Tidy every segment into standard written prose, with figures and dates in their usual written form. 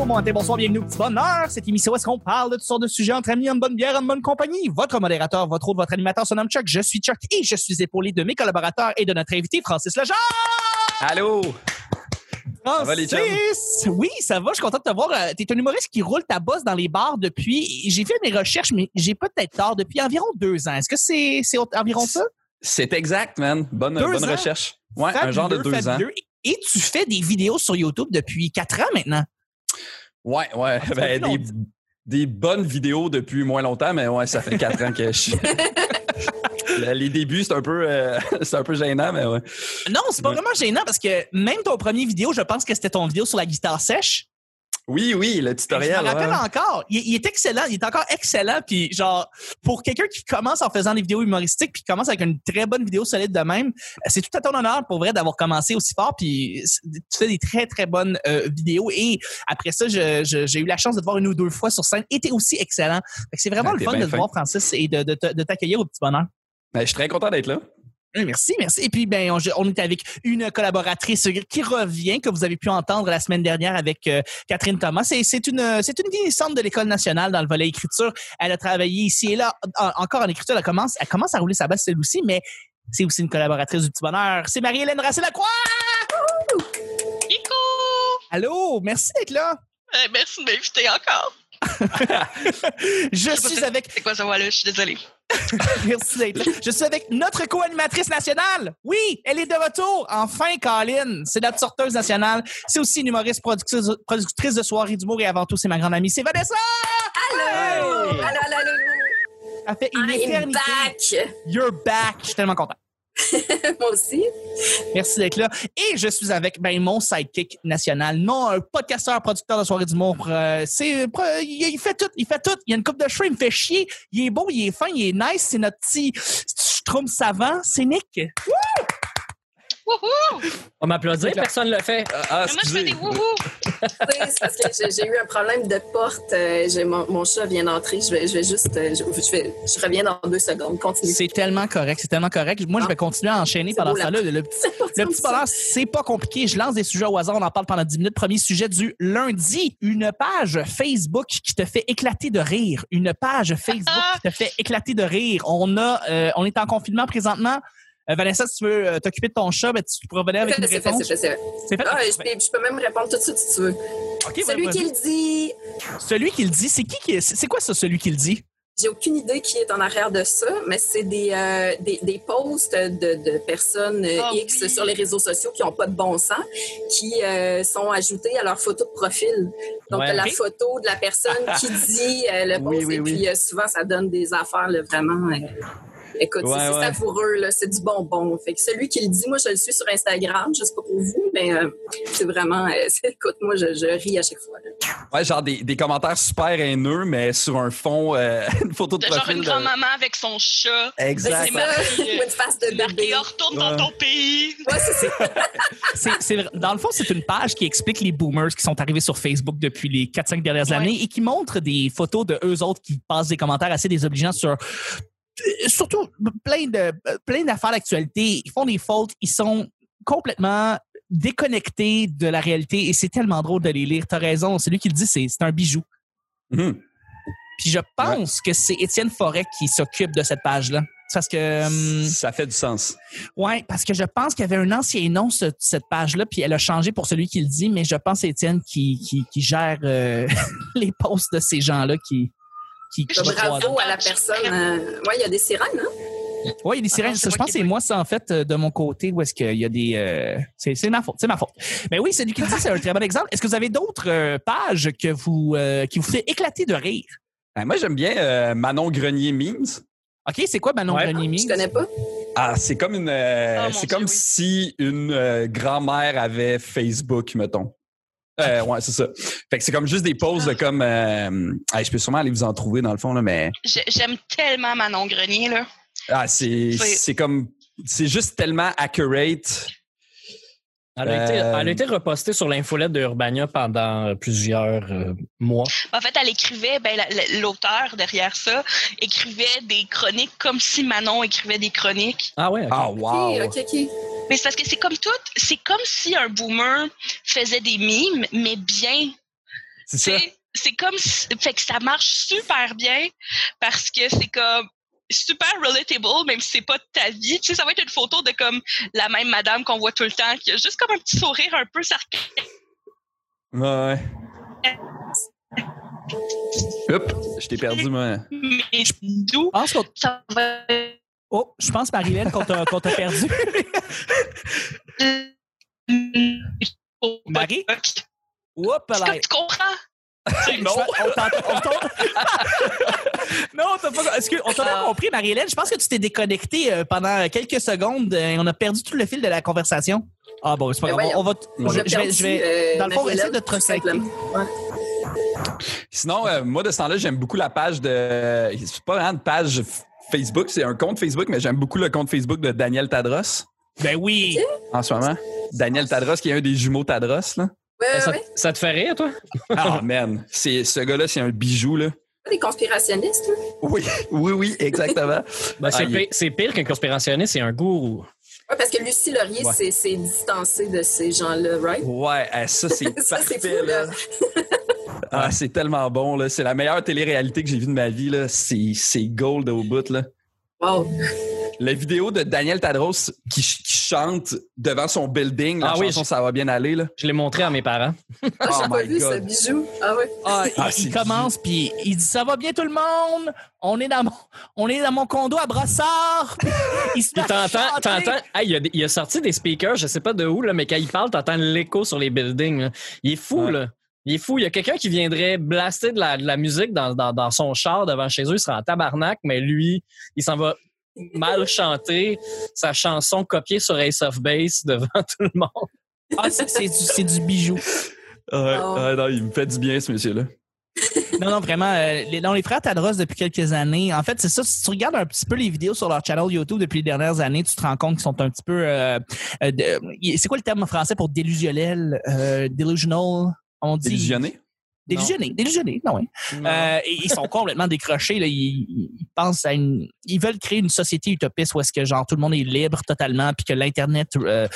bonjour, bon matin, bonsoir, bienvenue au Petit Bonheur. Cette émission où est-ce qu'on parle de toutes sortes de sujets entre amis, en bonne bière, en bonne compagnie. Votre modérateur, votre hôte, votre animateur se nomme Chuck. Je suis Chuck et je suis épaulé de mes collaborateurs et de notre invité, Francis Legendre. Allô? Francis! Ça va, les chums? Oui, ça va, je suis content de te voir. T'es un humoriste qui roule ta bosse dans les bars depuis, j'ai fait mes recherches, mais j'ai peut-être tort, depuis environ 2 ans. Est-ce que c'est environ ça? C'est exact, man. Bonne recherche. Ouais, fabuleux, un genre de 2 ans. Et tu fais des vidéos sur YouTube depuis 4 ans maintenant. Ouais. Ben, des bonnes vidéos depuis moins longtemps, mais ouais, ça fait 4 ans que je suis... Les débuts, c'est un peu gênant, mais ouais. Non, c'est pas vraiment gênant parce que même ton premier vidéo, je pense que c'était ton vidéo sur la guitare sèche. Oui, le tutoriel. Je me rappelle encore. Il est excellent. Il est encore excellent. Puis genre, pour quelqu'un qui commence en faisant des vidéos humoristiques puis qui commence avec une très bonne vidéo solide de même, c'est tout à ton honneur pour vrai d'avoir commencé aussi fort. Puis tu fais des très, très bonnes vidéos. Et après ça, j'ai eu la chance de te voir 1 ou 2 fois sur scène. Et t'es aussi excellent. Fait que c'est vraiment le fun de te voir, Francis, et de t'accueillir au Petit Bonheur. Ben, je suis très content d'être là. Merci. Et puis, on est avec une collaboratrice qui revient, que vous avez pu entendre la semaine dernière avec Catherine Thomas. C'est une vieillissante de l'École nationale dans le volet écriture. Elle a travaillé ici et là, encore en écriture. Elle commence à rouler sa basse, elle aussi, mais c'est aussi une collaboratrice du Petit Bonheur. C'est Marie-Hélène Racé-Lacroix! Nico! Allô, merci d'être là. Merci de m'inviter encore. Je suis avec... C'est quoi ça, voilà, je suis désolée. Merci d'être là. Je suis avec notre co-animatrice nationale. Oui, elle est de retour. Enfin, Colin. C'est notre sorteuse nationale. C'est aussi une humoriste productrice de soirée d'humour et avant tout, c'est ma grande amie. C'est Vanessa! Allô! Hey! Allô! Ça fait une éternité. Back! You're back. Je suis tellement content. Moi aussi. Merci d'être là. Et je suis avec mon sidekick national. Non, un podcasteur, producteur de soirée d'humour. Il fait tout. Il y a une coupe de cheveux, il me fait chier. Il est beau, il est fin, il est nice. C'est notre petit schtroumpf savant. C'est Nick. Woo! Wouhou! On m'applaudit, personne ne le fait. Moi, je fais des wouhou! C'est parce que j'ai eu un problème de porte. Mon chat vient d'entrer. Je reviens dans 2 secondes. Continue. C'est tellement correct. Moi, je vais continuer à enchaîner pendant ça. Le petit bonheur, c'est pas compliqué. Je lance des sujets au hasard. On en parle pendant 10 minutes. Premier sujet du lundi. Une page Facebook qui te fait éclater de rire. Une page Facebook qui te fait éclater de rire. On est en confinement présentement. Vanessa, si tu veux t'occuper de ton chat, tu pourras venir avec une réponse. C'est fait. Je peux même répondre tout de suite si tu veux. Okay, celui qui le dit. Celui qui le dit, c'est qui? C'est quoi ça, celui qui le dit? J'ai aucune idée qui est en arrière de ça, mais c'est des posts de personnes X sur les réseaux sociaux qui n'ont pas de bon sens, qui sont ajoutés à leur photo de profil. Donc, la photo de la personne qui dit le post, puis souvent, ça donne des affaires là, vraiment... Écoute, c'est savoureux, là, c'est du bonbon. Fait que celui qui le dit, moi, je le suis sur Instagram, je sais pas pour vous, mais c'est vraiment... écoute, moi, je ris à chaque fois. Là. Ouais, genre des commentaires super haineux, mais sur un fond, une photo de profil. Genre une grand-maman avec son chat. Exact. Une face de bébé. Retourne dans ton pays. Ouais, c'est ça. Dans le fond, c'est une page qui explique les boomers qui sont arrivés sur Facebook depuis les 4-5 dernières années et qui montre des photos de eux autres qui passent des commentaires assez désobligeants sur... Surtout, plein d'affaires d'actualité. Ils font des fautes. Ils sont complètement déconnectés de la réalité et c'est tellement drôle de les lire. T'as raison. Celui qui le dit, c'est un bijou. Mm-hmm. Puis je pense que c'est Étienne Forêt qui s'occupe de cette page-là. Parce que... ça fait du sens. Ouais, parce que je pense qu'il y avait un ancien nom, cette page-là, puis elle a changé pour celui qui le dit, mais je pense que c'est Étienne qui gère les posts de ces gens-là qui bravo à la personne. Il y a des sirènes, hein? Oui, il y a des sirènes. Je pense que c'est moi, ça, en fait, de mon côté, où est-ce qu'il y a des... c'est ma faute. Mais oui, celui qui le dit, c'est un très bon exemple. Est-ce que vous avez d'autres pages qui vous fait éclater de rire? Moi, j'aime bien Manon Grenier Memes. OK, c'est quoi Manon Grenier Memes? Je connais pas. Ah, c'est comme si une grand-mère avait Facebook, mettons. Ouais, c'est ça. Fait que c'est comme juste des posts de comme... je peux sûrement aller vous en trouver dans le fond, là, mais... J'aime tellement Manon Grenier, là. Ah, c'est comme... C'est juste tellement accurate. Elle a été repostée sur l'infolette de Urbania pendant plusieurs mois. En fait, elle écrivait, l'auteur derrière ça écrivait des chroniques comme si Manon écrivait des chroniques. Ah ouais? Okay. Ah, wow! OK. Mais c'est parce que c'est comme si un boomer faisait des mimes, mais bien. C'est ça. C'est comme... Fait que ça marche super bien parce que c'est comme super relatable, même si c'est pas de ta vie. Tu sais, ça va être une photo de comme la même madame qu'on voit tout le temps, qui a juste comme un petit sourire un peu sarcastique. Ouais. Hop, je t'ai perdu, moi. Mais d'où ça va... Oh, je pense, Marie-Hélène, qu'on t'a perdu. Marie? Oups, est-ce que tu comprends? Non, non, t'as pas. Est-ce qu'on t'a pas compris, Marie-Hélène? Je pense que tu t'es déconnectée pendant quelques secondes et on a perdu tout le fil de la conversation. Ah bon, c'est pas grave. Je vais dans le fond, essayer de te reconnecter. Sinon, moi, de ce temps-là, j'aime beaucoup la page de... C'est pas vraiment une page Facebook, c'est un compte Facebook, mais j'aime beaucoup le compte Facebook de Daniel Tadros. Ben oui! En ce moment. Daniel Tadros, qui est un des jumeaux Tadros, là. Ça te fait rire, toi? Ah, man. Ce gars-là, c'est un bijou, là. Des conspirationnistes, là? Oui, exactement. Ben, c'est pire qu'un conspirationniste, c'est un gourou. Oui, parce que Lucie Laurier s'est distancée de ces gens-là, right? Ouais, ça, c'est parfait, c'est fou, là. Ah, c'est tellement bon, là. C'est la meilleure télé-réalité que j'ai vue de ma vie, là. C'est gold au bout, là. Wow. La vidéo de Daniel Tadros qui chante devant son building, la chanson « Ça va bien aller » là. Je l'ai montré à mes parents. J'ai pas vu ce bijou. Ah ouais. Il commence puis il dit « Ça va bien tout le monde? On est dans mon condo à Brossard. » Puis t'entends, il a sorti des speakers, je sais pas de où, là, mais quand il parle, t'entends l'écho sur les buildings. Là. Il est fou, là. Il est fou. Il y a quelqu'un qui viendrait blaster de la musique dans son char devant chez eux, il serait en tabarnak, mais lui, il s'en va mal chanter sa chanson copiée sur Ace of Base devant tout le monde. Ah, c'est du bijou. Non, il me fait du bien, ce monsieur-là. Non, vraiment. Les frères Tadros, depuis quelques années, en fait, c'est ça. Si tu regardes un petit peu les vidéos sur leur channel YouTube depuis les dernières années, tu te rends compte qu'ils sont un petit peu... c'est quoi le terme en français pour délusionnel? Delusional? On dit... Délusionnés, non, oui. Ils sont complètement décrochés. Là. Ils pensent à ils veulent créer une société utopiste où est-ce que genre tout le monde est libre totalement, puis que l'Internet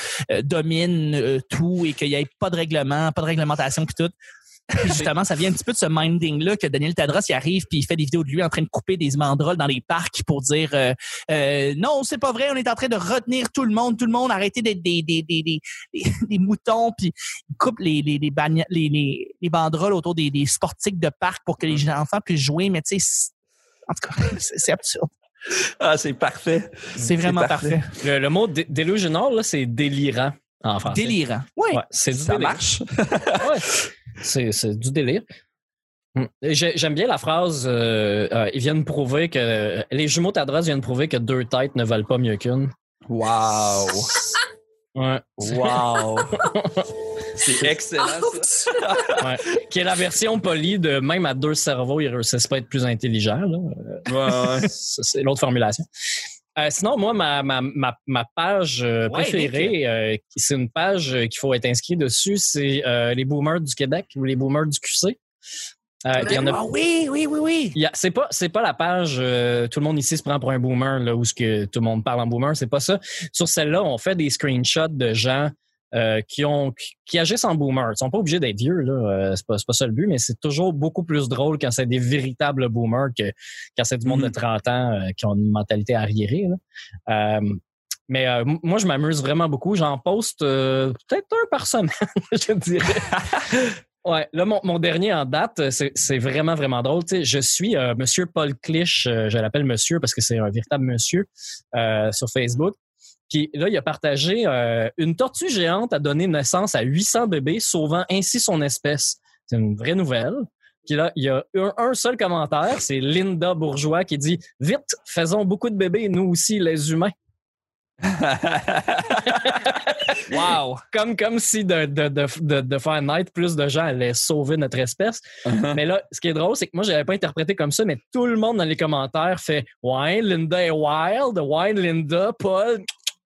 domine tout et qu'il n'y ait pas de règlement, pas de réglementation, puis tout. Puis justement, ça vient un petit peu de ce minding-là que Daniel Tadros il arrive puis il fait des vidéos de lui en train de couper des banderoles dans les parcs pour dire non, c'est pas vrai, on est en train de retenir tout le monde, arrêtez d'être des moutons, puis il coupe les banderoles autour des sportiques de parc pour que les enfants puissent jouer, mais tu sais, en tout cas, c'est absurde. Ah, c'est parfait. C'est vraiment parfait. Le mot delusional, là, c'est délirant en français. Délirant. Oui. Ouais, c'est du ça délire. Marche. Ouais. C'est du délire. J'aime bien la phrase ils viennent prouver que les jumeaux Tadros viennent prouver que 2 têtes ne valent pas mieux qu'une. Wow. Ouais. Wow. C'est excellent, ça. Ouais. Qui est la version polie de même à 2 cerveaux, ils ne réussissent pas à être plus intelligents. Là. Ouais. C'est l'autre formulation. Sinon, moi, ma page préférée, c'est une page qu'il faut être inscrit dessus, c'est les boomers du Québec ou les boomers du QC. Oui. C'est pas la page tout le monde ici se prend pour un boomer là où ce que tout le monde parle en boomer, c'est pas ça. Sur celle-là, on fait des screenshots de gens qui agissent en boomer. Ils sont pas obligés d'être vieux là, c'est pas ça le but, mais c'est toujours beaucoup plus drôle quand c'est des véritables boomers que quand c'est du monde de 30 ans qui ont une mentalité arriérée là. Mais moi, je m'amuse vraiment beaucoup. J'en poste peut-être 1 par semaine, je dirais. Ouais, là, mon dernier en date, c'est vraiment, vraiment drôle. Tu sais, je suis Monsieur Paul Clich, je l'appelle Monsieur parce que c'est un véritable monsieur, sur Facebook. Puis là, il a partagé une tortue géante a donné naissance à 800 bébés, sauvant ainsi son espèce. C'est une vraie nouvelle. Puis là, il y a un seul commentaire, c'est Linda Bourgeois qui dit « Vite, faisons beaucoup de bébés, nous aussi, les humains. » Wow! Comme si de faire naître plus de gens allait sauver notre espèce. Mais là, ce qui est drôle, c'est que moi, je l'avais pas interprété comme ça, mais tout le monde dans les commentaires fait « Ouais, Linda est wild. Ouais, Linda, Paul... »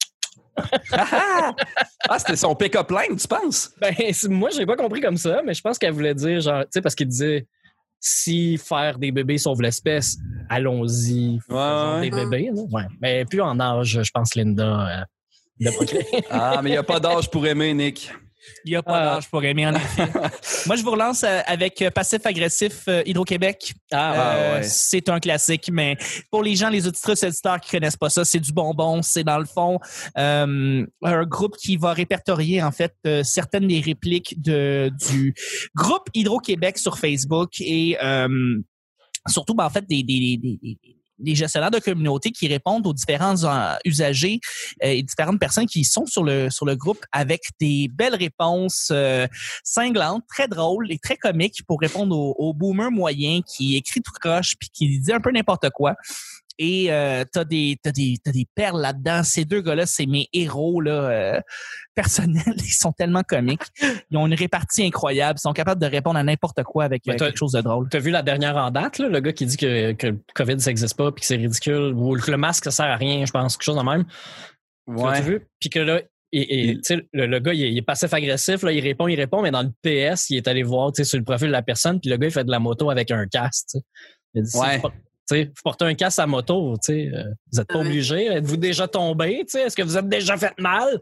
Ah, c'était son pick-up line, tu penses? Ben, moi, j'ai pas compris comme ça, mais je pense qu'elle voulait dire, genre, tu sais, parce qu'il disait si faire des bébés sauve l'espèce, allons-y, faisons des bébés. Là. Ouais. Mais plus en âge, je pense, Linda. Ah, mais il n'y a pas d'âge pour aimer, Nick. Il n'y a pas d'âge pour aimer, en effet. Moi, je vous relance avec Passif-agressif Hydro-Québec. C'est un classique, mais pour les gens, les auditeurs qui connaissent pas ça, c'est du bonbon. C'est dans le fond un groupe qui va répertorier en fait certaines des répliques du groupe Hydro-Québec sur Facebook et surtout, en fait, des gestionnaires de communauté qui répondent aux différents usagers et différentes personnes qui sont sur le groupe avec des belles réponses cinglantes, très drôles et très comiques pour répondre aux boomers moyens qui écrit tout croche puis qui dit un peu n'importe quoi. Et t'as des perles là-dedans. Ces deux gars-là, c'est mes héros là personnels. Ils sont tellement comiques. Ils ont une répartie incroyable. Ils sont capables de répondre à n'importe quoi avec quelque chose de drôle. T'as vu la dernière en date, là, le gars qui dit que le COVID, ça n'existe pas puis que c'est ridicule ou que le masque, ça sert à rien, je pense, quelque chose de même. Ouais. T'as vu? Puis que là, tu sais, le gars, il est passif-agressif, là, il répond, mais dans le PS, il est allé voir, tu sais, sur le profil de la personne, puis le gars, il fait de la moto avec un casque, tu sais. Il dit, vous portez un casque à moto, vous n'êtes pas obligé. Êtes-vous déjà tombé? Est-ce que vous êtes déjà fait mal?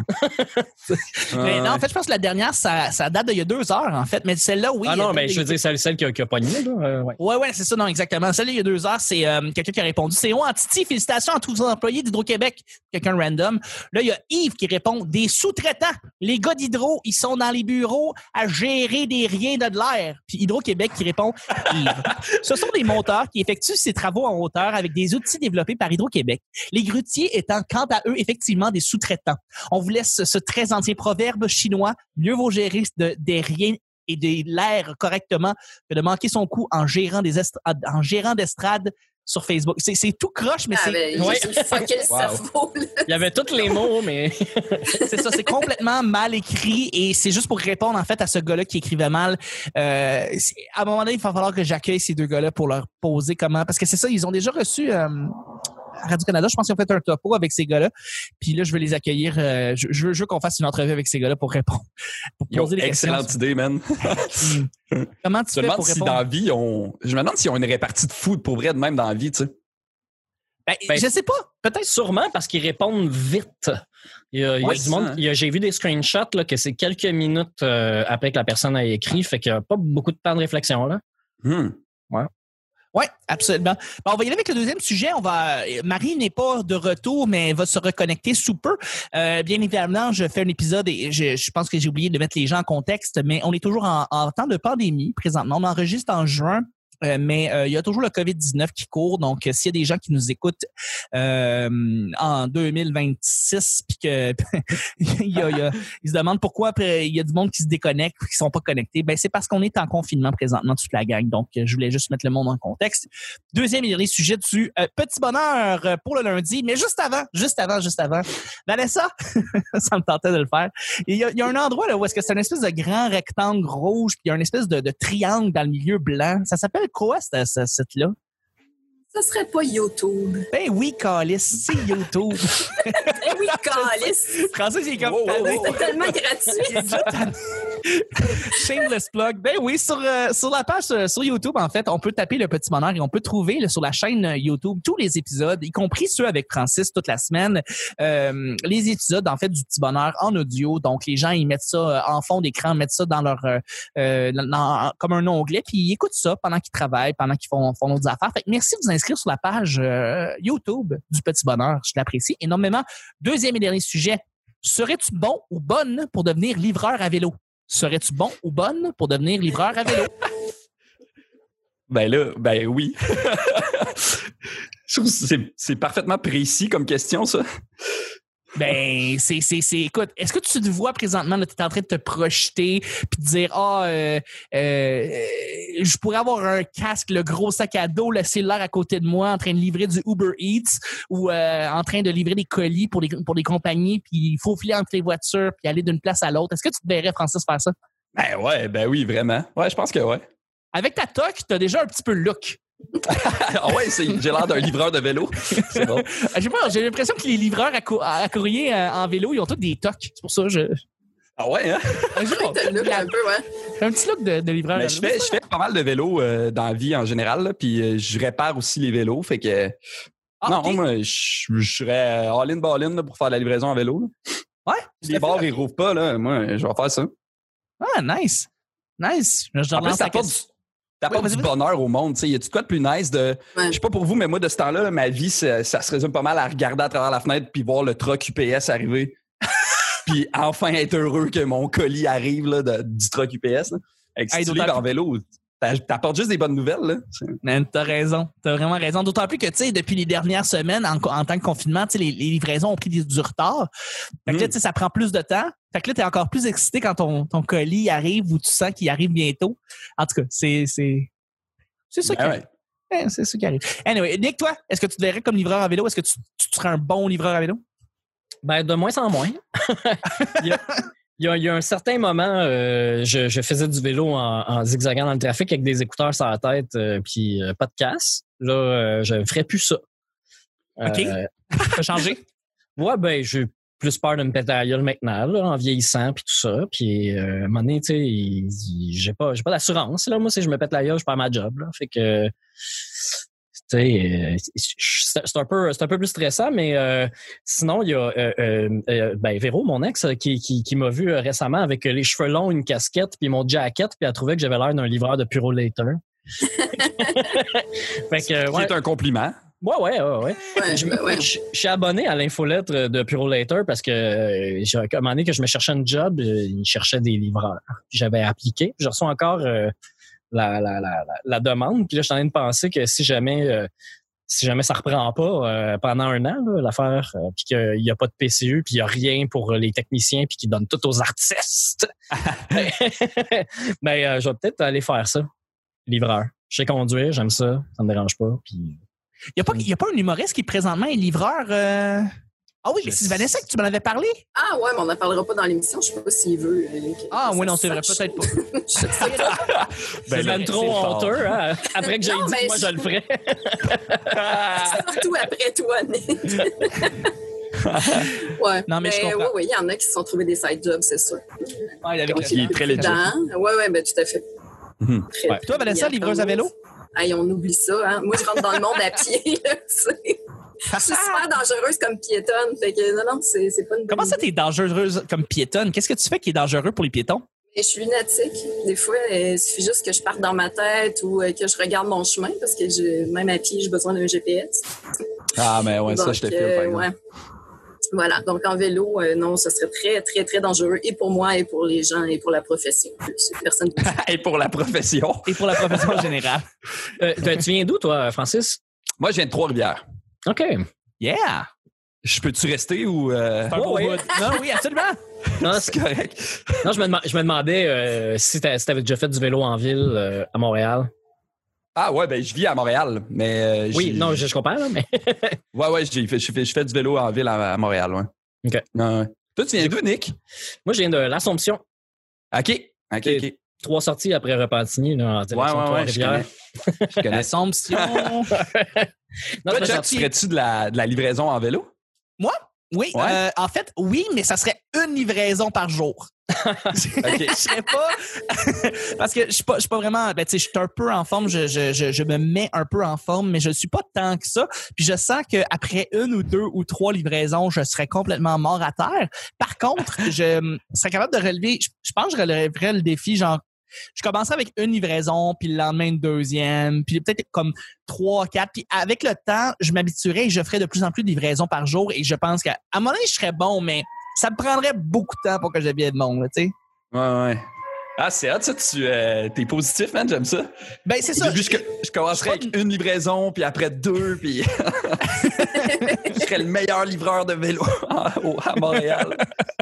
Mais non, en fait, je pense que la dernière, ça date d'il y a 2 heures, en fait. Mais celle-là, oui. Ah non, mais je veux dire, celle qui a pogné. Ouais, c'est ça, non, exactement. Celle-là, il y a 2 heures, c'est quelqu'un qui a répondu. C'est Titi, félicitations à tous les employés d'Hydro-Québec. Quelqu'un random. Là, il y a Yves qui répond, des sous-traitants. Les gars d'Hydro, ils sont dans les bureaux à gérer des riens de l'air. Puis Hydro-Québec qui répond, Yves. Ce sont des monteurs qui effectuent ces travaux en hauteur avec des outils développés par Hydro-Québec. Les grutiers étant, quant à eux, effectivement des sous-traitants. On vous laisse ce très ancien proverbe chinois, mieux vaut gérer des riens et de l'air correctement que de manquer son coup en gérant d'estrade sur Facebook. C'est tout croche, mais c'est... Il y avait tous les mots, mais... c'est ça, c'est complètement mal écrit et c'est juste pour répondre en fait à ce gars-là qui écrivait mal. À un moment donné, il va falloir que j'accueille ces 2 gars-là pour leur poser comment... Parce que c'est ça, ils ont déjà reçu... à Radio-Canada, je pense qu'ils ont fait un topo avec ces gars-là. Puis là, je veux les accueillir. Je veux qu'on fasse une entrevue avec ces gars-là pour répondre. Pour poser des questions. Excellente idée, man. Comment tu fais pour répondre? Si dans la vie, je me demande s'ils ont une répartie de foot pour vrai de même dans la vie, tu sais. Ben, je sais pas. Peut-être sûrement parce qu'ils répondent vite. Il y a du monde. J'ai vu des screenshots là, que c'est quelques minutes après que la personne a écrit. Fait qu'il n'y a pas beaucoup de temps de réflexion, là. Ouais. Oui, absolument. Bon, on va y aller avec le deuxième sujet. Marie n'est pas de retour, mais elle va se reconnecter sous peu. Bien évidemment, je fais un épisode et je pense que j'ai oublié de mettre les gens en contexte, mais on est toujours en temps de pandémie présentement. On enregistre en juin. Mais il y a toujours le COVID-19 qui court. Donc, s'il y a des gens qui nous écoutent en 2026 puis que ils se demandent pourquoi après, il y a du monde qui se déconnecte ou qui sont pas connectés, ben c'est parce qu'on est en confinement présentement toute la gang. Donc, je voulais juste mettre le monde en contexte. Deuxième et dernier sujet du petit bonheur pour le lundi, mais juste avant. Vanessa, ça me tentait de le faire. Il y a un endroit là où est-ce que c'est une espèce de grand rectangle rouge puis il y a une espèce de triangle dans le milieu blanc. Ça s'appelle quoi, ce site-là? Ça serait pas YouTube. Ben oui, Calice, c'est YouTube. Ben oui, Calice. Francis, il est comme... C'est tellement gratuit. Shameless plug. Ben oui, sur la page sur YouTube, en fait, on peut taper le petit bonheur et on peut trouver sur la chaîne YouTube tous les épisodes, y compris ceux avec Francis toute la semaine. Les épisodes, en fait, du petit bonheur en audio. Donc, les gens, ils mettent ça en fond d'écran, mettent ça dans leur comme un onglet, puis ils écoutent ça pendant qu'ils travaillent, pendant qu'ils font d'autres affaires. Fait que merci de vous inscrire sur la page YouTube du petit bonheur. Je l'apprécie énormément. Deuxième et dernier sujet. Serais-tu bon ou bonne pour devenir livreur à vélo? Serais-tu bon ou bonne pour devenir livreur à vélo? Ben oui. Je trouve que c'est parfaitement précis comme question, ça. Ben, écoute, est-ce que tu te vois présentement, tu es en train de te projeter puis de dire, je pourrais avoir un casque, le gros sac à dos, le cellulaire à côté de moi, en train de livrer du Uber Eats ou en train de livrer des colis pour des compagnies, puis il faut filer entre les voitures puis aller d'une place à l'autre. Est-ce que tu te verrais, Francis, faire ça? Ben oui, vraiment. Ouais, je pense que ouais. Avec ta toque, tu as déjà un petit peu le look. Ah ouais, j'ai l'air d'un livreur de vélo. C'est bon. Je sais pas, j'ai l'impression que les livreurs à courrier en vélo, ils ont tous des toques. C'est pour ça que Ah ouais, hein? T'as le look un peu, ouais. Un petit look de livreur. Mais je fais pas mal de vélos dans la vie en général, là, puis je répare aussi les vélos, fait que... moi, je serais all-in ball-in pour faire la livraison en vélo. Là. Ouais. Les bars, ils rouvrent pas, là. Moi, je vais faire ça. Ah, nice. Nice. Je En plus, t'apportes du bonheur au monde. Y a-tu de quoi de plus nice de. Je sais pas pour vous, mais moi, de ce temps-là, ma vie, ça se résume pas mal à regarder à travers la fenêtre puis voir le truck UPS arriver. Puis enfin être heureux que mon colis arrive là, du truck UPS. Là. Avec si tu livres en vélo, t'apportes juste des bonnes nouvelles. Là. Man, t'as raison. T'as vraiment raison. D'autant plus que, tu sais, depuis les dernières semaines, en tant que confinement, tu sais, les livraisons ont pris du retard. Fait que là, tu sais, ça prend plus de temps. Fait que là, t'es encore plus excité quand ton colis arrive ou tu sens qu'il arrive bientôt. En tout cas, c'est ça qui arrive. Ouais, c'est ça qui arrive. Anyway, Nick, toi, est-ce que tu te verrais comme livreur à vélo? Est-ce que tu serais un bon livreur à vélo? Ben, de moins en moins. Il y a un certain moment, je faisais du vélo en zigzagant dans le trafic avec des écouteurs sur la tête puis pas de casse. Là, je ne ferais plus ça. OK. Ça a changé? Ouais, ben, j'ai plus peur de me péter la gueule maintenant, là, en vieillissant puis tout ça. Puis, à un moment donné, tu sais, j'ai pas d'assurance. Là. Moi, si je me pète la gueule, je perds ma job. Là. Fait que, tu sais, c'est un peu plus stressant, mais sinon, il y a Véro, mon ex, qui m'a vu récemment avec les cheveux longs, une casquette, puis mon jacket, puis elle trouvait que j'avais l'air d'un livreur de Puro Later. Fait que, ouais. C'est un compliment. Ouais. Je suis abonné à l'infolettre de Puro Later parce que j'ai recommandé que je me cherchais un job, il cherchait des livreurs. J'avais appliqué, je reçois encore la demande, puis là je suis en train de penser que si jamais ça reprend pas pendant un an là, l'affaire, puis qu'il y a pas de PCU, puis il y a rien pour les techniciens, puis qu'ils donnent tout aux artistes, mais je vais peut-être aller faire ça, livreur. Je sais conduire, j'aime ça me dérange pas, puis il y a pas un humoriste qui présentement est livreur. Ah oui, mais c'est Vanessa que tu m'en avais parlé. Ah ouais, mais on n'en parlera pas dans l'émission. Je sais pas s'il veut. Oui, non, c'est vrai, peut-être pas. C'est même trop honteux, hein? Après que j'ai dit, moi, je le ferais. Surtout après toi, Nick. Ouais. Non, mais je comprends. Oui, il y en a qui se sont trouvés des side jobs, c'est sûr. Ouais, il est très legit. Oui, ben tout à fait. Ouais. Toi, Vanessa, livreuse à vélo? Hey, on oublie ça, hein. Moi, je rentre dans le monde à pied, là, je suis super dangereuse comme piétonne. Fait que non, c'est pas une. Comment ça, t'es dangereuse comme piétonne? Qu'est-ce que tu fais qui est dangereux pour les piétons? Et je suis lunatique. Des fois, il suffit juste que je parte dans ma tête ou que je regarde mon chemin parce que même à pied, j'ai besoin d'un GPS. Ah, mais ouais, donc, ça, je te fais. Ouais. Voilà. Donc, en vélo, non, ça serait très, très, très dangereux et pour moi et pour les gens et pour la profession. Personne. Et pour la profession. Et pour la profession en général. Tu viens d'où, toi, Francis? Moi, je viens de Trois-Rivières. OK. Yeah! Je peux-tu rester ou... Non, oui, absolument! Non, c'est correct. Non, je me demandais si t'avais déjà fait du vélo en ville à Montréal. Ah ouais, ben je vis à Montréal, mais... oui, non, je comprends, là, mais... ouais, je fais du vélo en ville à Montréal, ouais. OK. Ouais. Toi, tu viens d'où, Nick? Moi, je viens de l'Assomption. OK. 3 sorties après Repentigny, là, en direction de Trois-Rivières. Je connais. L'Assomption. Toi, Chuck, tu ferais-tu de la livraison en vélo? Moi? Oui. Ouais. En fait, oui, mais ça serait une livraison par jour. Okay. Je serais pas... Parce que je suis pas vraiment... Ben, tu sais, je suis un peu en forme. Je me mets un peu en forme, mais je suis pas tant que ça. Puis je sens qu'après 1 ou 2 ou 3 livraisons, je serais complètement mort à terre. Par contre, je serais capable de relever... Je pense que je relèverais le défi, genre... Je commencerais avec une livraison, puis le lendemain une deuxième, puis peut-être comme 3, 4. Puis avec le temps, je m'habituerais et je ferais de plus en plus de livraisons par jour. Et je pense qu'à un moment donné, je serais bon, mais ça me prendrait beaucoup de temps pour que je devienne bon, tu sais. Ouais. Ah, c'est hot, ça. T'es positif, man. J'aime ça. Ben, c'est ça. Je commencerais avec une livraison, puis après 2, puis je serais le meilleur livreur de vélo à Montréal.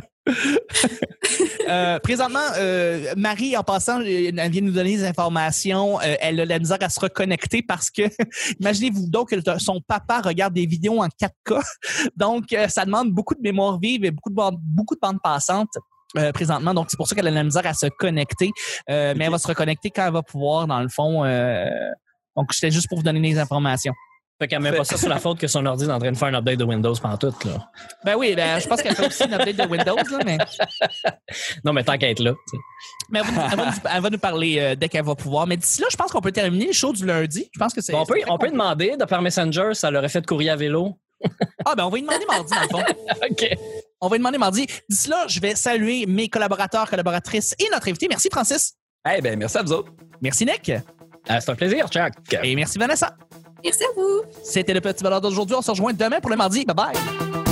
Présentement, Marie, en passant, elle vient de nous donner des informations. Elle a la misère à se reconnecter parce que, imaginez-vous donc que son papa regarde des vidéos en 4K. Donc, ça demande beaucoup de mémoire vive et beaucoup de bandes passantes. Présentement, donc c'est pour ça qu'elle a la misère à se connecter, mais elle va se reconnecter quand elle va pouvoir, dans le fond. Donc, c'était juste pour vous donner des informations. Fait qu'elle met pas ça sur la faute que son ordi est en train de faire un update de Windows pantoute, là. Ben oui, je pense qu'elle fait aussi un update de Windows, là, mais... Non, mais tant qu'elle est là. T'sais. Mais elle va nous parler dès qu'elle va pouvoir. Mais d'ici là, je pense qu'on peut terminer le show du lundi. Je pense que c'est... Bon, on peut demander, de par Messenger, ça leur a fait de courrier à vélo. Ah, ben on va lui demander mardi, dans le fond. OK. On va lui demander mardi. D'ici là, je vais saluer mes collaborateurs, collaboratrices et notre invité. Merci, Francis. Merci à vous autres. Merci, Nick. C'est un plaisir, Chuck. Et merci, Vanessa. Merci à vous. C'était le petit bonheur d'aujourd'hui. On se rejoint demain pour le mardi. Bye bye.